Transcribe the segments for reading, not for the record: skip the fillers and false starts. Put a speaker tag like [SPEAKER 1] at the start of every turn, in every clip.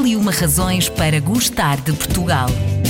[SPEAKER 1] 1001 razões para gostar de Portugal.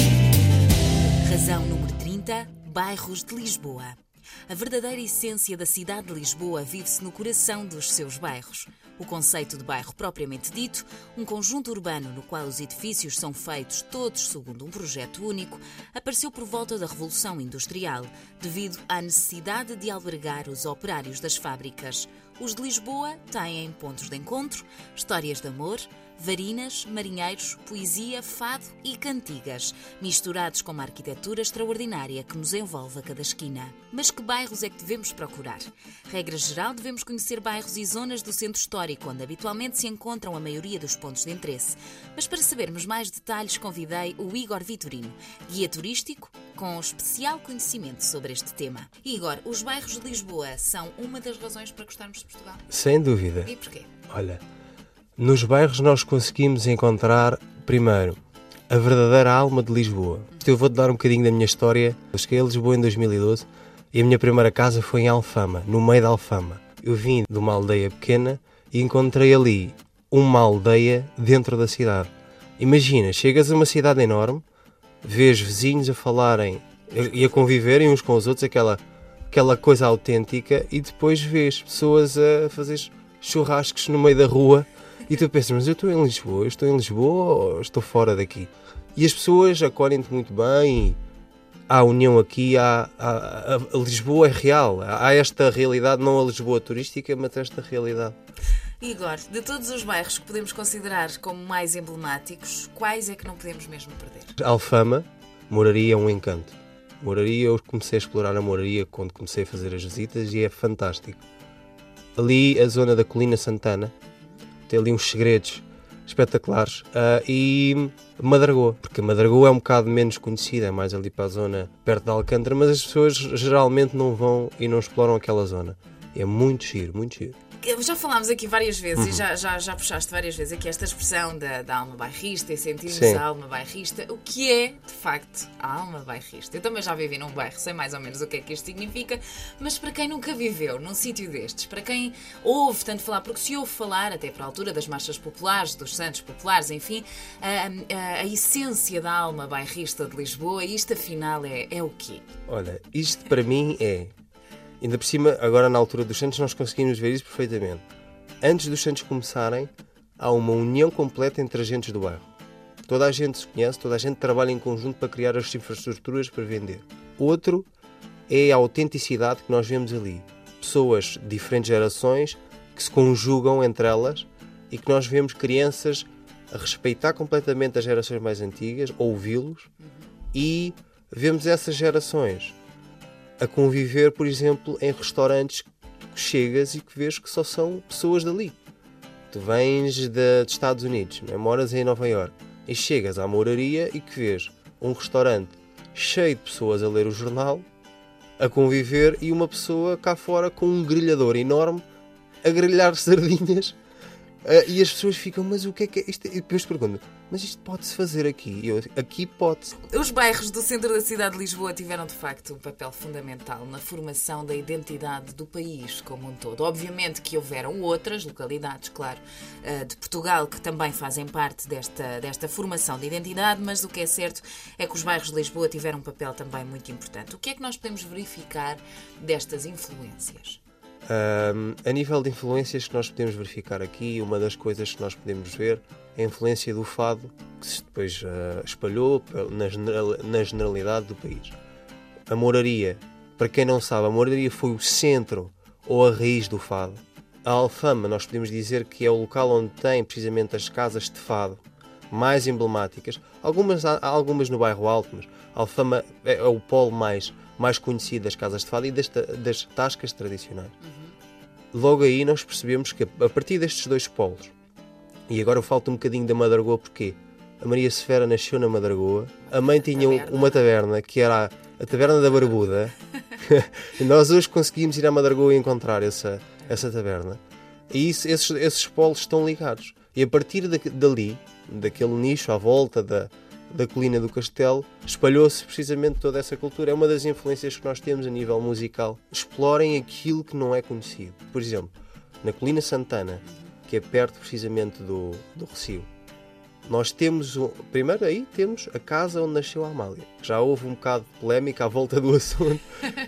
[SPEAKER 2] Razão número 30. Bairros de Lisboa. A verdadeira essência da cidade de Lisboa vive-se no coração dos seus bairros. O conceito de bairro propriamente dito, um conjunto urbano no qual os edifícios são feitos todos segundo um projeto único, apareceu por volta da Revolução Industrial, devido à necessidade de albergar os operários das fábricas. Os de Lisboa têm pontos de encontro, histórias de amor, varinas, marinheiros, poesia, fado e cantigas, misturados com uma arquitetura extraordinária que nos envolve a cada esquina. Mas que bairros é que devemos procurar? Regra geral, devemos conhecer bairros e zonas do centro histórico, onde habitualmente se encontram a maioria dos pontos de interesse. Mas para sabermos mais detalhes, convidei o Igor Vitorino, guia turístico, com especial conhecimento sobre este tema. Igor, os bairros de Lisboa são uma das razões para gostarmos de Portugal?
[SPEAKER 3] Sem dúvida.
[SPEAKER 2] E porquê?
[SPEAKER 3] Olha, nos bairros nós conseguimos encontrar, primeiro, a verdadeira alma de Lisboa. Eu vou-te dar um bocadinho da minha história. Eu cheguei a Lisboa em 2012 e a minha primeira casa foi em Alfama, no meio da Alfama. Eu vim de uma aldeia pequena e encontrei ali uma aldeia dentro da cidade. Imagina, chegas a uma cidade enorme, vês vizinhos a falarem e a conviverem uns com os outros, aquela coisa autêntica, e depois vês pessoas a fazer churrascos no meio da rua e tu pensas, mas eu estou em Lisboa ou estou fora daqui? E as pessoas acolhem-te muito bem, há união aqui, a Lisboa é real, há esta realidade, não a Lisboa turística, mas esta realidade.
[SPEAKER 2] Igor, de todos os bairros que podemos considerar como mais emblemáticos, quais é que não podemos mesmo perder?
[SPEAKER 3] Alfama, Moraria é um encanto. Moraria, eu comecei a explorar a Moraria quando comecei a fazer as visitas e é fantástico. Ali, a zona da Colina Santana, tem ali uns segredos espetaculares. E Madragoa, porque Madragoa é um bocado menos conhecida, é mais ali para a zona perto de Alcântara, mas as pessoas geralmente não vão e não exploram aquela zona. É muito giro, muito giro.
[SPEAKER 2] Já falámos aqui várias vezes e já puxaste várias vezes aqui esta expressão da alma bairrista e sentirmos a alma bairrista. O que é, de facto, a alma bairrista? Eu também já vivi num bairro, sei mais ou menos o que é que isto significa, mas para quem nunca viveu num sítio destes, para quem ouve tanto falar, porque se ouve falar, até para a altura das marchas populares, dos santos populares, enfim, a essência da alma bairrista de Lisboa, isto afinal é o quê?
[SPEAKER 3] Olha, isto para mim é... Ainda por cima, agora na altura dos Santos, nós conseguimos ver isso perfeitamente. Antes dos Santos começarem, há uma união completa entre agentes do bairro. Toda a gente se conhece, toda a gente trabalha em conjunto para criar as infraestruturas para vender. Outro é a autenticidade que nós vemos ali. Pessoas de diferentes gerações que se conjugam entre elas e que nós vemos crianças a respeitar completamente as gerações mais antigas, ouvi-los, e vemos essas gerações a conviver, por exemplo, em restaurantes que chegas e que vês que só são pessoas dali. Tu vens de Estados Unidos, não é? Moras em Nova Iorque, e chegas à Moraria e que vês um restaurante cheio de pessoas a ler o jornal, a conviver, e uma pessoa cá fora com um grelhador enorme a grelhar sardinhas. E as pessoas ficam, mas o que é isto? E depois perguntam, mas isto pode-se fazer aqui? E eu, aqui pode-se.
[SPEAKER 2] Os bairros do centro da cidade de Lisboa tiveram, de facto, um papel fundamental na formação da identidade do país como um todo. Obviamente que houveram outras localidades, claro, de Portugal, que também fazem parte desta formação de identidade, mas o que é certo é que os bairros de Lisboa tiveram um papel também muito importante. O que é que nós podemos verificar destas influências?
[SPEAKER 3] A nível de influências que nós podemos verificar aqui, uma das coisas que nós podemos ver é a influência do fado, que se depois espalhou na generalidade do país. A Moraria, para quem não sabe, a Moraria foi o centro ou a raiz do fado. A Alfama, nós podemos dizer que é o local onde tem precisamente as casas de fado mais emblemáticas. Há algumas no bairro Alto, mas a Alfama é o polo mais conhecido das casas de fado e das tascas tradicionais. Logo aí nós percebemos que a partir destes dois polos, e agora falta um bocadinho da Madragoa, porque a Maria Severa nasceu na Madragoa, a mãe tinha uma taberna que era a Taberna da Barbuda, e nós hoje conseguimos ir à Madragoa e encontrar essa taberna, e esses polos estão ligados, e a partir dali, daquele nicho à volta da colina do Castelo, espalhou-se precisamente toda essa cultura. É uma das influências que nós temos a nível musical. Explorem aquilo que não é conhecido. Por exemplo, na Colina Santana, que é perto precisamente do Recio, Nós temos, primeiro aí temos a casa onde nasceu a Amália. Já houve um bocado de polémica à volta do assunto,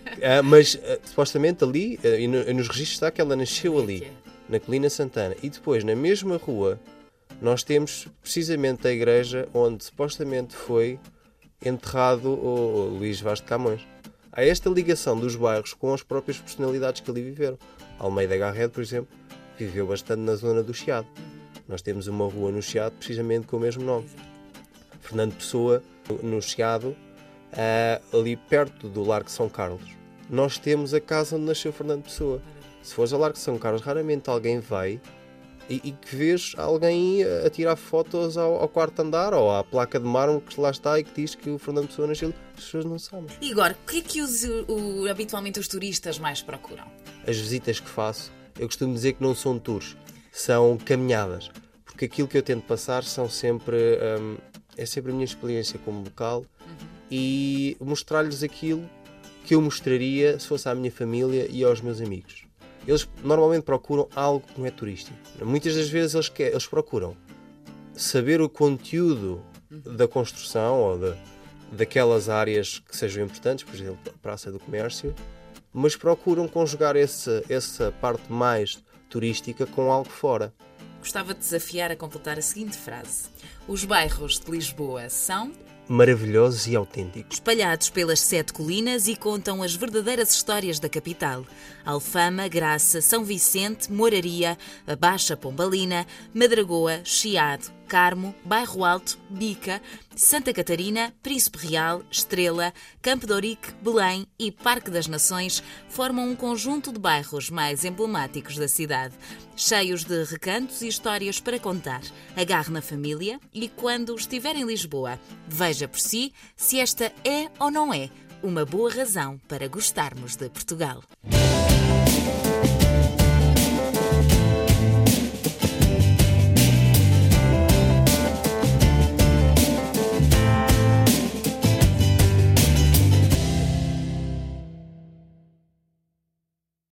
[SPEAKER 3] mas supostamente ali, e nos registros está que ela nasceu ali, na Colina Santana. E depois, na mesma rua, nós temos precisamente a igreja onde supostamente foi enterrado o Luís Vaz de Camões. Há esta ligação dos bairros com as próprias personalidades que ali viveram. Almeida Garrett, por exemplo, viveu bastante na zona do Chiado. Nós temos uma rua no Chiado precisamente com o mesmo nome. Fernando Pessoa, no Chiado, ali perto do Largo São Carlos. Nós temos a casa onde nasceu Fernando Pessoa. Se fores ao Largo São Carlos, raramente alguém vai e que vês alguém a tirar fotos ao quarto andar ou à placa de mármore que lá está e que diz que o Fernando Pessoa nasceu. As pessoas não sabem.
[SPEAKER 2] E agora, o que é que habitualmente os turistas mais procuram?
[SPEAKER 3] As visitas que faço, eu costumo dizer que não são tours, são caminhadas. Porque aquilo que eu tento passar são sempre, é sempre a minha experiência como local e mostrar-lhes aquilo que eu mostraria se fosse à minha família e aos meus amigos. Eles normalmente procuram algo que não é turístico. Muitas das vezes eles procuram saber o conteúdo da construção ou daquelas áreas que sejam importantes, por exemplo, a Praça do Comércio, mas procuram conjugar essa parte mais turística com algo fora.
[SPEAKER 2] Gostava de desafiar a completar a seguinte frase. Os bairros de Lisboa são...
[SPEAKER 3] maravilhosos e autênticos.
[SPEAKER 2] Espalhados pelas 7 colinas e contam as verdadeiras histórias da capital. Alfama, Graça, São Vicente, Moraria, a Baixa Pombalina, Madragoa, Chiado, Carmo, Bairro Alto, Bica, Santa Catarina, Príncipe Real, Estrela, Campo de Ourique, Belém e Parque das Nações formam um conjunto de bairros mais emblemáticos da cidade, cheios de recantos e histórias para contar. Agarre na família e, quando estiver em Lisboa, veja por si se esta é ou não é uma boa razão para gostarmos de Portugal.